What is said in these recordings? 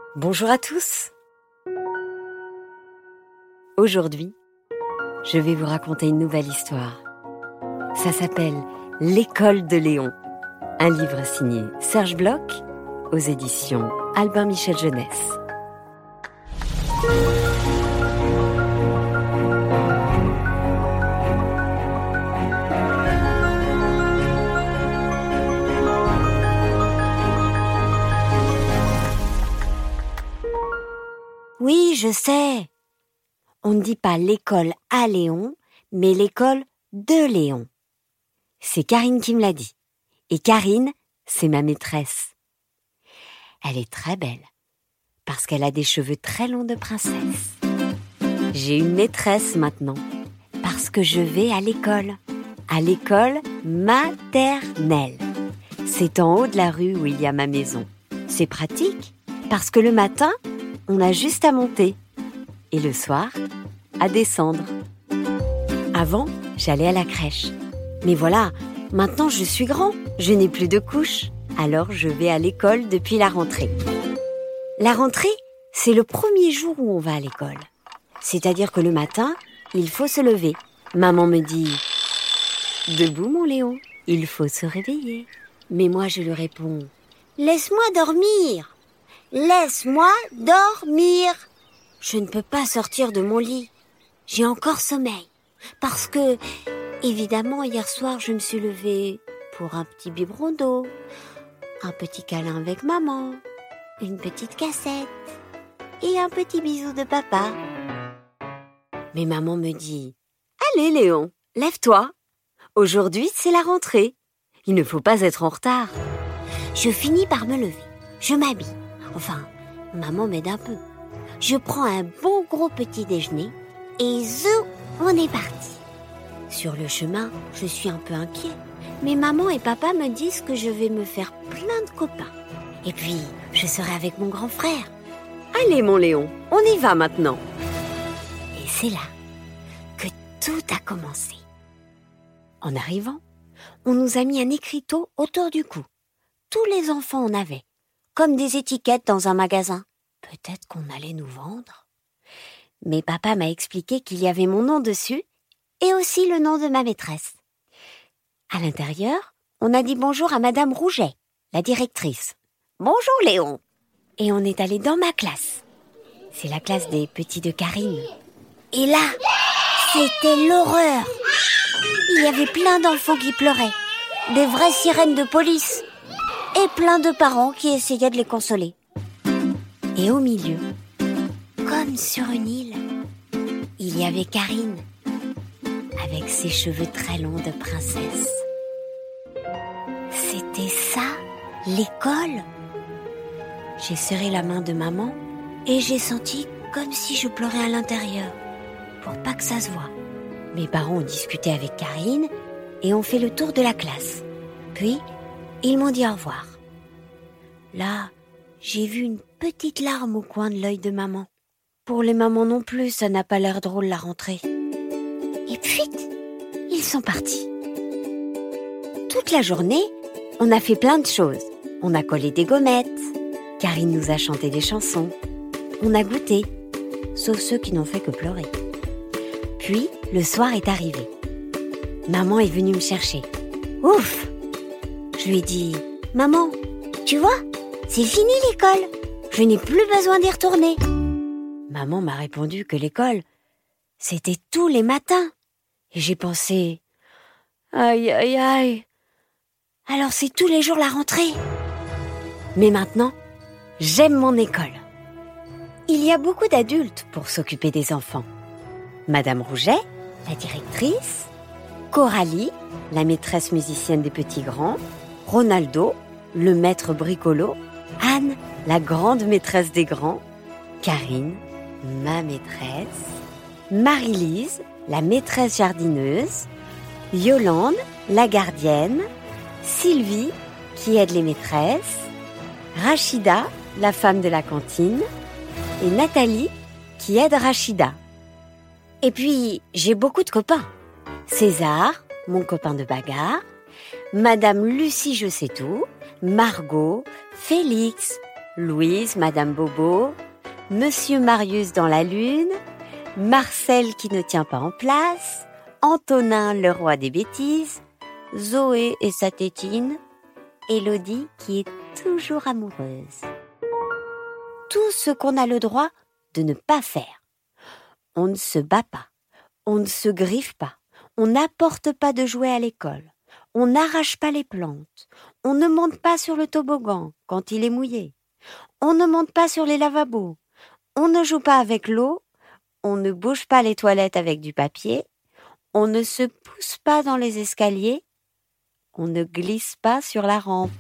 Bonjour à tous. Aujourd'hui, je vais vous raconter une nouvelle histoire. Ça s'appelle L'école de Léon, un livre signé Serge Bloch aux éditions Albin Michel Jeunesse. Oui, je sais. On ne dit pas l'école à Léon, mais l'école de Léon. C'est Karine qui me l'a dit. Et Karine, c'est ma maîtresse. Elle est très belle, parce qu'elle a des cheveux très longs de princesse. J'ai une maîtresse maintenant, parce que je vais à l'école maternelle. C'est en haut de la rue où il y a ma maison. C'est pratique, parce que le matin, on a juste à monter. Et le soir, à descendre. Avant, j'allais à la crèche. Mais voilà, maintenant je suis grand, je n'ai plus de couches. Alors je vais à l'école depuis la rentrée. La rentrée, c'est le premier jour où on va à l'école. C'est-à-dire que le matin, il faut se lever. Maman me dit « Debout mon Léon, il faut se réveiller ». Mais moi je lui réponds « Laisse-moi dormir ! Laisse-moi dormir !» Je ne peux pas sortir de mon lit. J'ai encore sommeil. Parce que, évidemment, hier soir, je me suis levée pour un petit biberon d'eau, un petit câlin avec maman, une petite cassette et un petit bisou de papa. Mais maman me dit « Allez Léon, lève-toi. Aujourd'hui, c'est la rentrée. Il ne faut pas être en retard. » Je finis par me lever. Je m'habille. Enfin, maman m'aide un peu. Je prends un bon gros petit déjeuner et zou, on est parti. Sur le chemin, je suis un peu inquiet. Mais maman et papa me disent que je vais me faire plein de copains. Et puis, je serai avec mon grand frère. Allez mon Léon, on y va maintenant. Et c'est là que tout a commencé. En arrivant, on nous a mis un écriteau autour du cou. Tous les enfants en avaient, comme des étiquettes dans un magasin. Peut-être qu'on allait nous vendre. Mais papa m'a expliqué qu'il y avait mon nom dessus et aussi le nom de ma maîtresse. À l'intérieur, on a dit bonjour à Madame Rouget, la directrice. Bonjour Léon. Et on est allé dans ma classe. C'est la classe des petits de Karine. Et là, c'était l'horreur. Il y avait plein d'enfants qui pleuraient, des vraies sirènes de police et plein de parents qui essayaient de les consoler. Et au milieu, comme sur une île, il y avait Karine, avec ses cheveux très longs de princesse. C'était ça, l'école. J'ai serré la main de maman et j'ai senti comme si je pleurais à l'intérieur, pour pas que ça se voie. Mes parents ont discuté avec Karine et ont fait le tour de la classe. Puis, ils m'ont dit au revoir. Là, j'ai vu une petite larme au coin de l'œil de maman. Pour les mamans non plus, ça n'a pas l'air drôle la rentrée. Et puis, ils sont partis. Toute la journée, on a fait plein de choses. On a collé des gommettes. Karine nous a chanté des chansons. On a goûté, sauf ceux qui n'ont fait que pleurer. Puis, le soir est arrivé. Maman est venue me chercher. Ouf! Je lui ai dit, « Maman, tu vois, c'est fini l'école. Je n'ai plus besoin d'y retourner. » Maman m'a répondu que l'école, c'était tous les matins. Et j'ai pensé, aïe, aïe, aïe. Alors c'est tous les jours la rentrée. Mais maintenant, j'aime mon école. Il y a beaucoup d'adultes pour s'occuper des enfants. Madame Rouget, la directrice, Coralie, la maîtresse musicienne des petits grands, Ronaldo, le maître bricolo, Anne, la grande maîtresse des grands, Karine, ma maîtresse, Marie-Lise, la maîtresse jardineuse, Yolande, la gardienne, Sylvie, qui aide les maîtresses, Rachida, la femme de la cantine, et Nathalie, qui aide Rachida. Et puis, j'ai beaucoup de copains. César, mon copain de bagarre, Madame Lucie Je sais tout, Margot, Félix, Louise, Madame Bobo, Monsieur Marius dans la lune, Marcel qui ne tient pas en place, Antonin le roi des bêtises, Zoé et sa tétine, Élodie qui est toujours amoureuse. Tout ce qu'on a le droit de ne pas faire. On ne se bat pas, on ne se griffe pas, on n'apporte pas de jouets à l'école, on n'arrache pas les plantes, on ne monte pas sur le toboggan quand il est mouillé, on ne monte pas sur les lavabos, on ne joue pas avec l'eau, on ne bouge pas les toilettes avec du papier, on ne se pousse pas dans les escaliers, on ne glisse pas sur la rampe.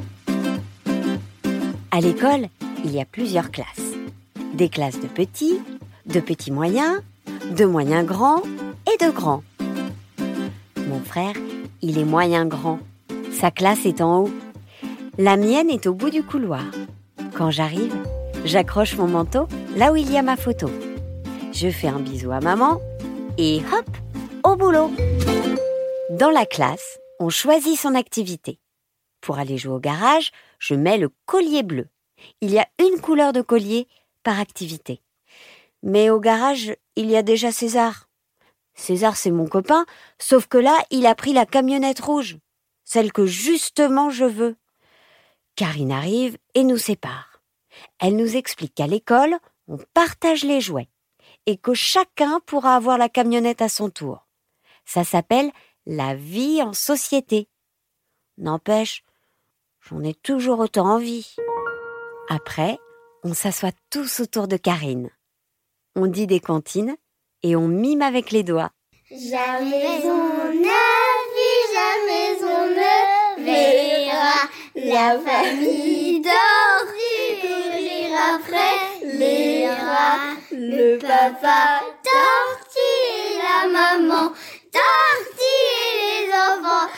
À l'école, il y a plusieurs classes. Des classes de petits moyens, de moyens grands et de grands. Mon frère, il est moyen grand. Sa classe est en haut. La mienne est au bout du couloir. Quand j'arrive, j'accroche mon manteau là où il y a ma photo. Je fais un bisou à maman et hop, au boulot. Dans la classe, on choisit son activité. Pour aller jouer au garage, je mets le collier bleu. Il y a une couleur de collier par activité. Mais au garage, il y a déjà César. César, c'est mon copain, sauf que là, il a pris la camionnette rouge, celle que justement je veux. Karine arrive et nous sépare. Elle nous explique qu'à l'école, on partage les jouets et que chacun pourra avoir la camionnette à son tour. Ça s'appelle la vie en société. N'empêche, j'en ai toujours autant envie. Après, on s'assoit tous autour de Karine. On dit des comptines et on mime avec les doigts. Jamais on ne vit, jamais on ne verra la famille tortue courir après les rats. Le papa tortue et la maman tortue et les enfants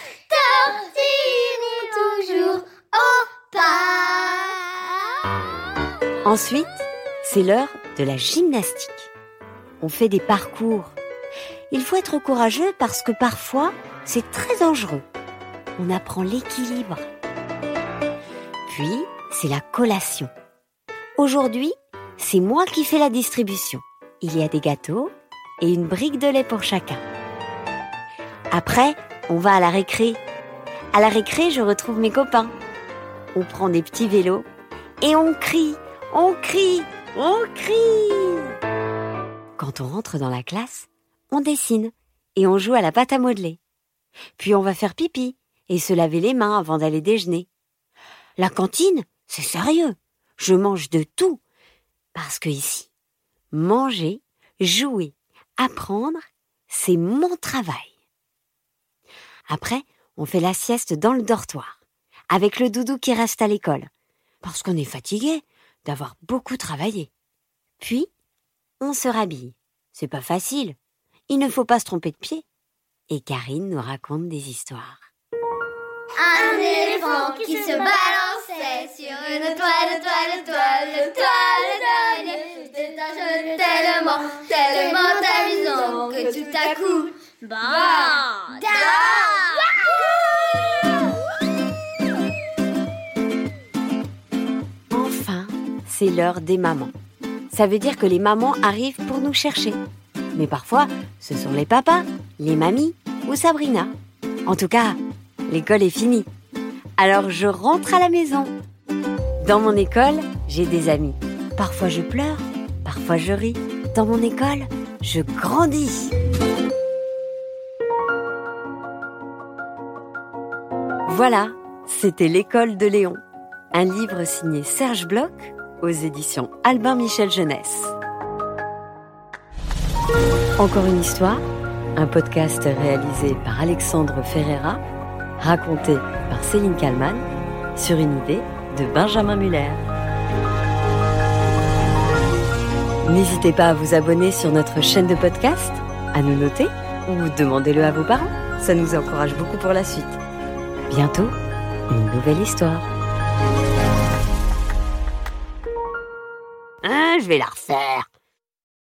tortue toujours au pas. Ensuite, c'est l'heure de la gymnastique. On fait des parcours. Il faut être courageux parce que parfois, c'est très dangereux. On apprend l'équilibre. Puis, c'est la collation. Aujourd'hui, c'est moi qui fais la distribution. Il y a des gâteaux et une brique de lait pour chacun. Après, on va à la récré. À la récré, je retrouve mes copains. On prend des petits vélos et on crie, on crie, on crie. Quand on rentre dans la classe, on dessine et on joue à la pâte à modeler. Puis on va faire pipi et se laver les mains avant d'aller déjeuner. La cantine, c'est sérieux. Je mange de tout. Parce que ici, manger, jouer, apprendre, c'est mon travail. Après, on fait la sieste dans le dortoir, avec le doudou qui reste à l'école, parce qu'on est fatigué d'avoir beaucoup travaillé. Puis, on se rhabille. C'est pas facile. Il ne faut pas se tromper de pied. Et Karine nous raconte des histoires. Un éléphant qui se balançait sur une toile. C'était un jeu tellement amusant que tout à coup, Enfin, c'est l'heure des mamans. Ça veut dire que les mamans arrivent pour nous chercher. Mais parfois, ce sont les papas, les mamies ou Sabrina. En tout cas, l'école est finie. Alors je rentre à la maison. Dans mon école, j'ai des amis. Parfois je pleure, parfois je ris. Dans mon école, je grandis. Voilà, c'était L'école de Léon. Un livre signé Serge Bloch aux éditions Albin Michel Jeunesse. Encore une histoire, un podcast réalisé par Alexandre Ferreira, raconté par Céline Kallmann, sur une idée de Benjamin Muller. N'hésitez pas à vous abonner sur notre chaîne de podcast, à nous noter ou demandez-le à vos parents. Ça nous encourage beaucoup pour la suite. Bientôt, une nouvelle histoire. Je vais la refaire.